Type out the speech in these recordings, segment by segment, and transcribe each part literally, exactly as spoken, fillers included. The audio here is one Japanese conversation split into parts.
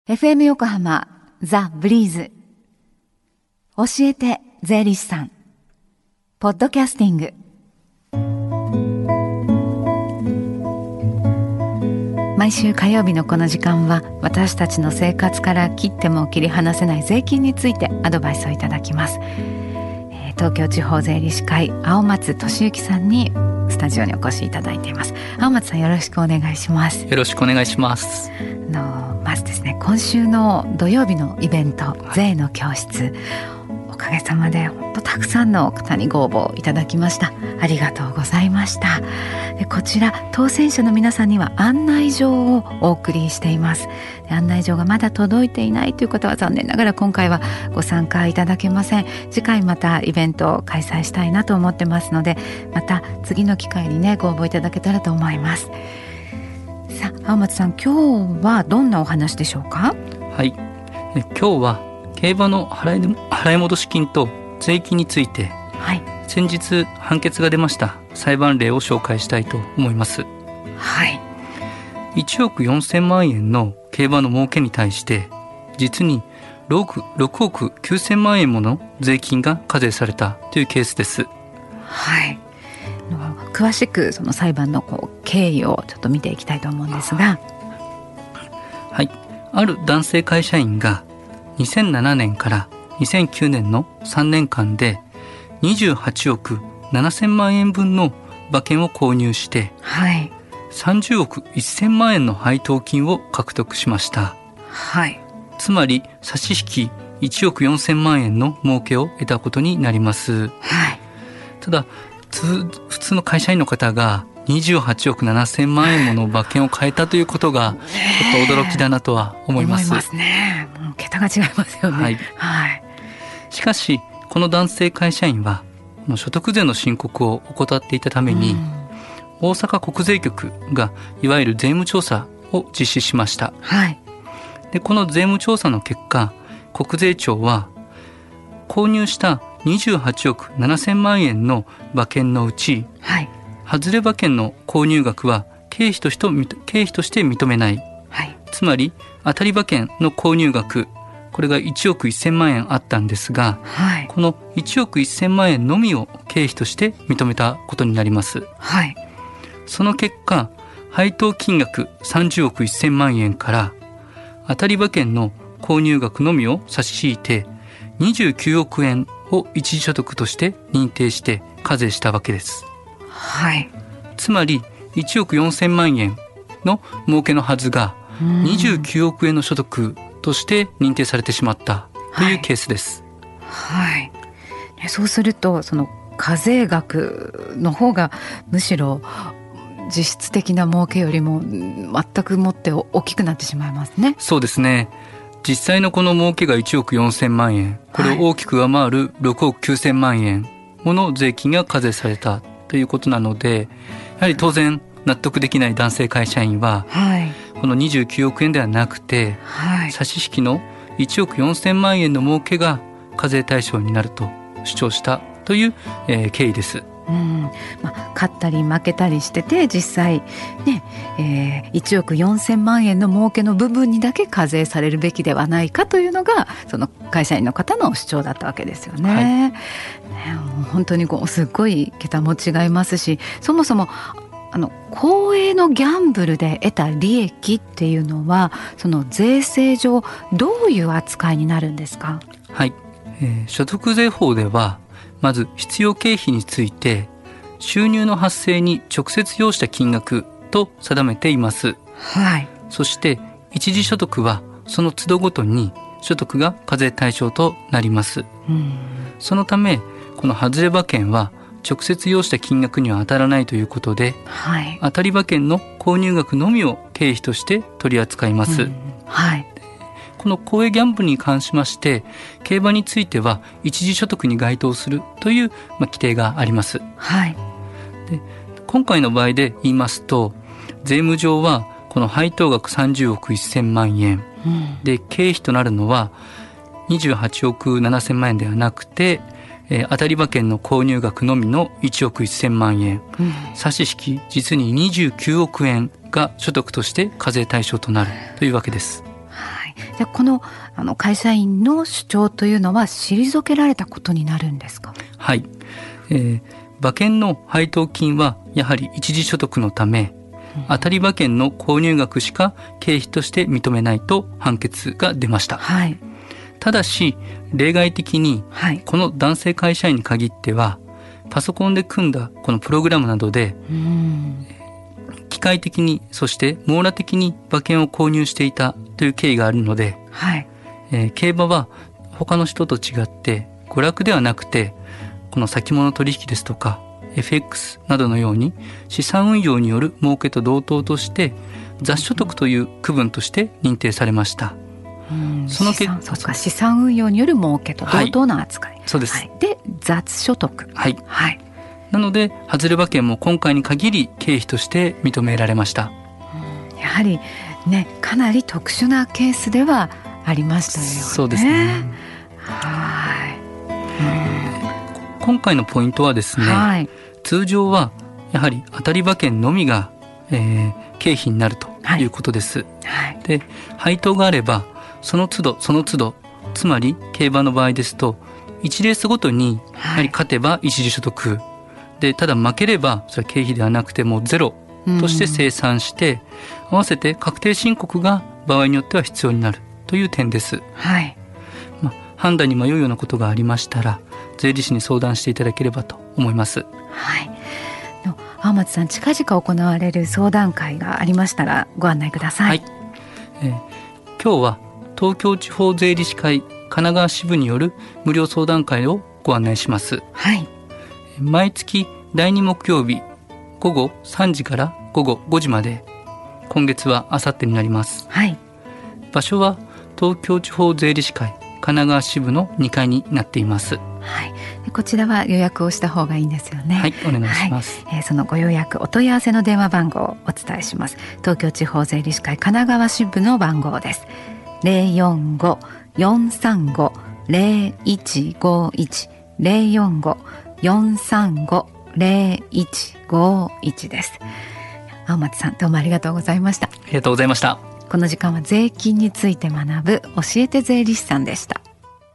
エフエム 横浜ザ・ブリーズ教えて税理士さんポッドキャスティング。毎週火曜日のこの時間は私たちの生活から切っても切り離せない税金についてアドバイスをいただきます。えー、東京地方税理士会青松俊之さんにスタジオにお越しいただいています。青松さん、よろしくお願いします。 よろしくお願いします。 あのまずですね、今週の土曜日のイベント、はい、税の教室、おかげさまで本当たくさんの方にご応募いただきました。ありがとうございました。でこちら当選者の皆さんには案内状をお送りしています。で案内状がまだ届いていないという方は残念ながら今回はご参加いただけません。次回またイベントを開催したいなと思ってますので、また次の機会にねご応募いただけたらと思います。さあ青松さん、今日はどんなお話でしょうか？ はい、え今日は競馬の払い、払い戻し金と税金について、はい、先日判決が出ました裁判例を紹介したいと思います。 はい、 いちおくよんせんまんえんの競馬の儲けに対して実に 6, 6億きゅうせんまんえんもの税金が課税されたというケースです。 はい、詳しくその裁判のこう経緯をちょっと見ていきたいと思うんですが、 はい、ある男性会社員がにせんななねんからにせんきゅうねんのさんねんかんでにじゅうはちおくななせんまんえん分の馬券を購入して、はい、さんじゅうおくせんまんえんの配当金を獲得しました。 はい、 つまり差し引きいちおくよんせんまんえんの儲けを得たことになります。 はい、 ただ普通の会社員の方がにじゅうはちおくななせんまんえんもの馬券を買えたということがちょっと驚きだなとは思います。 思いますね。もう桁が違いますよね。 はいはい、 しかしこの男性会社員は所得税の申告を怠っていたために、大阪国税局がいわゆる税務調査を実施しました。 はい、 でこの税務調査の結果、国税庁は購入したにじゅうはちおくななせんまんえんの馬券のうち、はい、外れ馬券の購入額は経費として経費として認めない、はい、つまり当たり馬券の購入額、これがいちおくせんまんえんあったんですが、はい、このいちおくせんまんえんのみを経費として認めたことになります。 はい、 その結果、配当金額さんじゅうおくせんまんえんから当たり馬券の購入額のみを差し引いてにじゅうきゅうおくえんを一時所得として認定して課税したわけです。 はい、 つまりいちおくよんせんまんえんの儲けのはずがにじゅうきゅうおくえんの所得として認定されてしまったというケースです。 はい、はい、そうするとその課税額の方がむしろ実質的な儲けよりも全くもって大きくなってしまいますね。 そうですね。実際のこの儲けがいちおくよんせんまんえん、これを大きく上回るろくおくきゅうせんまんえんもの税金が課税されたということなので、やはり当然納得できない男性会社員は、はい、このにじゅうきゅうおくえんではなくて、はい、差し引きのいちおくよんせんまんえんの儲けが課税対象になると主張したという、えー、経緯です。 うんまあ、勝ったり負けたりしてて実際、ねえー、いちおくよんせんまんえんの儲けの部分にだけ課税されるべきではないかというのがその会社員の方の主張だったわけですよね。はい、ねもう本当にこうすっごい桁も違いますし、そもそもあの公営のギャンブルで得た利益っていうのはその税制上どういう扱いになるんですか？ はい、えー、所得税法ではまず必要経費について収入の発生に直接要した金額と定めています。 はい、 そして一時所得はその都度ごとに所得が課税対象となります。 うん、 そのためこの外れ馬券は直接要した金額には当たらないということで、はい、当たり馬券の購入額のみを経費として取り扱います。うん、 はい、 この公営ギャンブルに関しまして競馬については一時所得に該当するという、まあ、規定があります。 はい、 で今回の場合で言いますと、税務上はこの配当額さんじゅうおくせんまんえん、うん、で経費となるのはにじゅうはちおくななせんまんえんではなくて、えー、当たり馬券の購入額のみのいちおくせんまんえん、うん、差し引き実ににじゅうきゅうおくえんが所得として課税対象となるというわけです。 じゃこの、あの会社員の主張というのは退けられたことになるんですか？ はい、えー、馬券の配当金はやはり一時所得のため、うん、当たり馬券の購入額しか経費として認めないと判決が出ました。 はい、 ただし例外的に、はい、この男性会社員に限ってはパソコンで組んだこのプログラムなどで、うん、機械的にそして網羅的に馬券を購入していたという経緯があるので、はい、えー、競馬は他の人と違って娯楽ではなくて、この先物取引ですとか エフエックス などのように資産運用による儲けと同等として雑所得という区分として認定されました。 うん、その結果、そうか、資産運用による儲けと同等の扱い、はい、 そうです、 はい、で雑所得、 はいはい、なので外れ馬券も今回に限り経費として認められました。 うん、やはりね、かなり特殊なケースではありましたよね。 そうですね。 はい、 うん、今回のポイントはですね、はい、通常はやはり当たり馬券のみが、えー、経費になるということです、はい、で配当があればその都度その都度、つまり競馬の場合ですといちレースごとにやはり勝てば一時所得、はい、でただ負ければそれは経費ではなくてもうゼロとして清算して、合わせて確定申告が場合によっては必要になるという点です。 はい、 まあ、判断に迷うようなことがありましたら税理士に相談していただければと思います。 はい、青松さん、近々行われる相談会がありましたらご案内ください。はい、 えー、今日は東京地方税理士会神奈川支部による無料相談会をご案内します。 はい、 毎月だいに木曜日午後さんじから午後ごじまで、今月はあさってになります。 はい、 場所は東京地方税理士会神奈川支部のにかいになっています。 はい、こちらは予約をした方がいいんですよね。 はい、お願いします。 はい、えー、そのご予約お問い合わせの電話番号をお伝えします。東京地方税理士会神奈川支部の番号です。 ゼロよんご よんさんご ゼロいちごいち ゼロよんご よんさんご ゼロいちごいち です。青松さん、どうもありがとうございました。 ありがとうございました。 この時間は税金について学ぶ教えて税理士さんでした。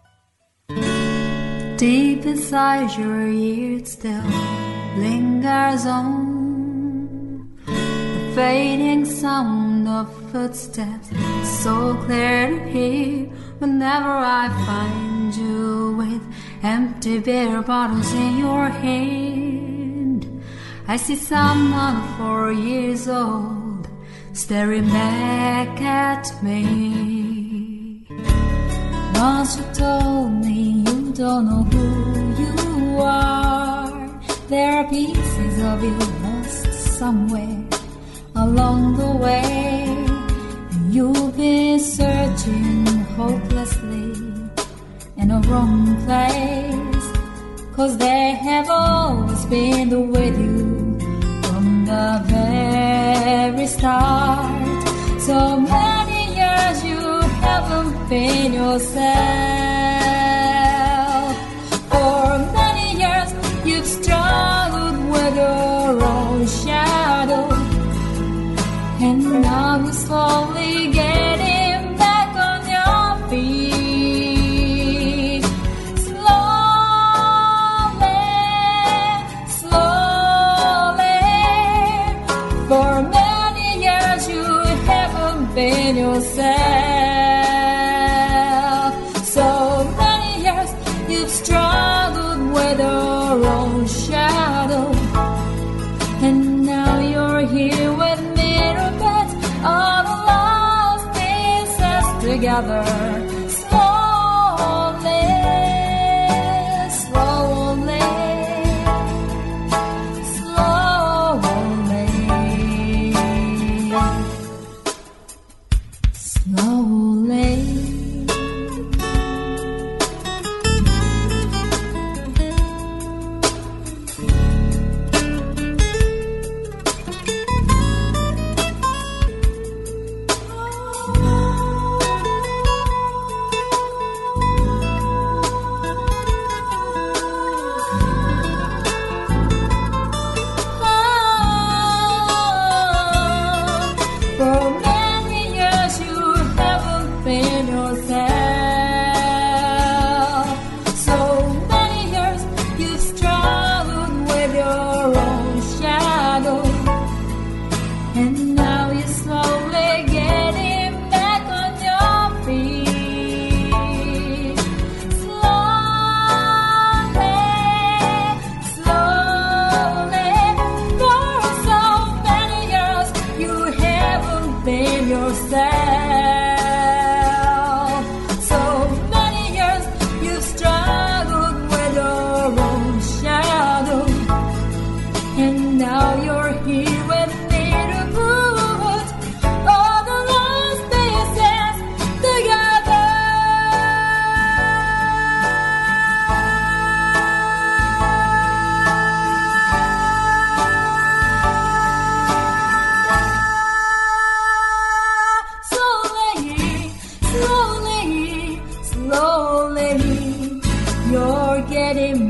Deep inside your ear it still lingers on the fading sound of footsteps, so clear to hear whenever I find you with empty beer bottles in your hand. I see someone four years old staring back at me. Once you told me you don't know who you are, there are pieces of you lost somewhere along the way, and you've been searching hopelessly in a wrong place, 'cause they have always been with you from the very start. So many years you haven't been yourself. For many years you've struggled with your own shadow, and now you're slowly getting back on your feet. Slowly, slowly. For many years you haven't been yourself. So many years you've struggled with your own shadow, and now you're here with mirror beds, all the lost pieces together. Slowly, slowly, slowly, slowly. yourself. So many years you've struggled with your own shadow, and now you're slowly getting back on your feet. Slowly, slowly, for so many years you haven't been yourself. So many years you've struggled with your own shadow, and now you're here with me to put all the lost pieces together. Slowly, slowly, slowly, you're getting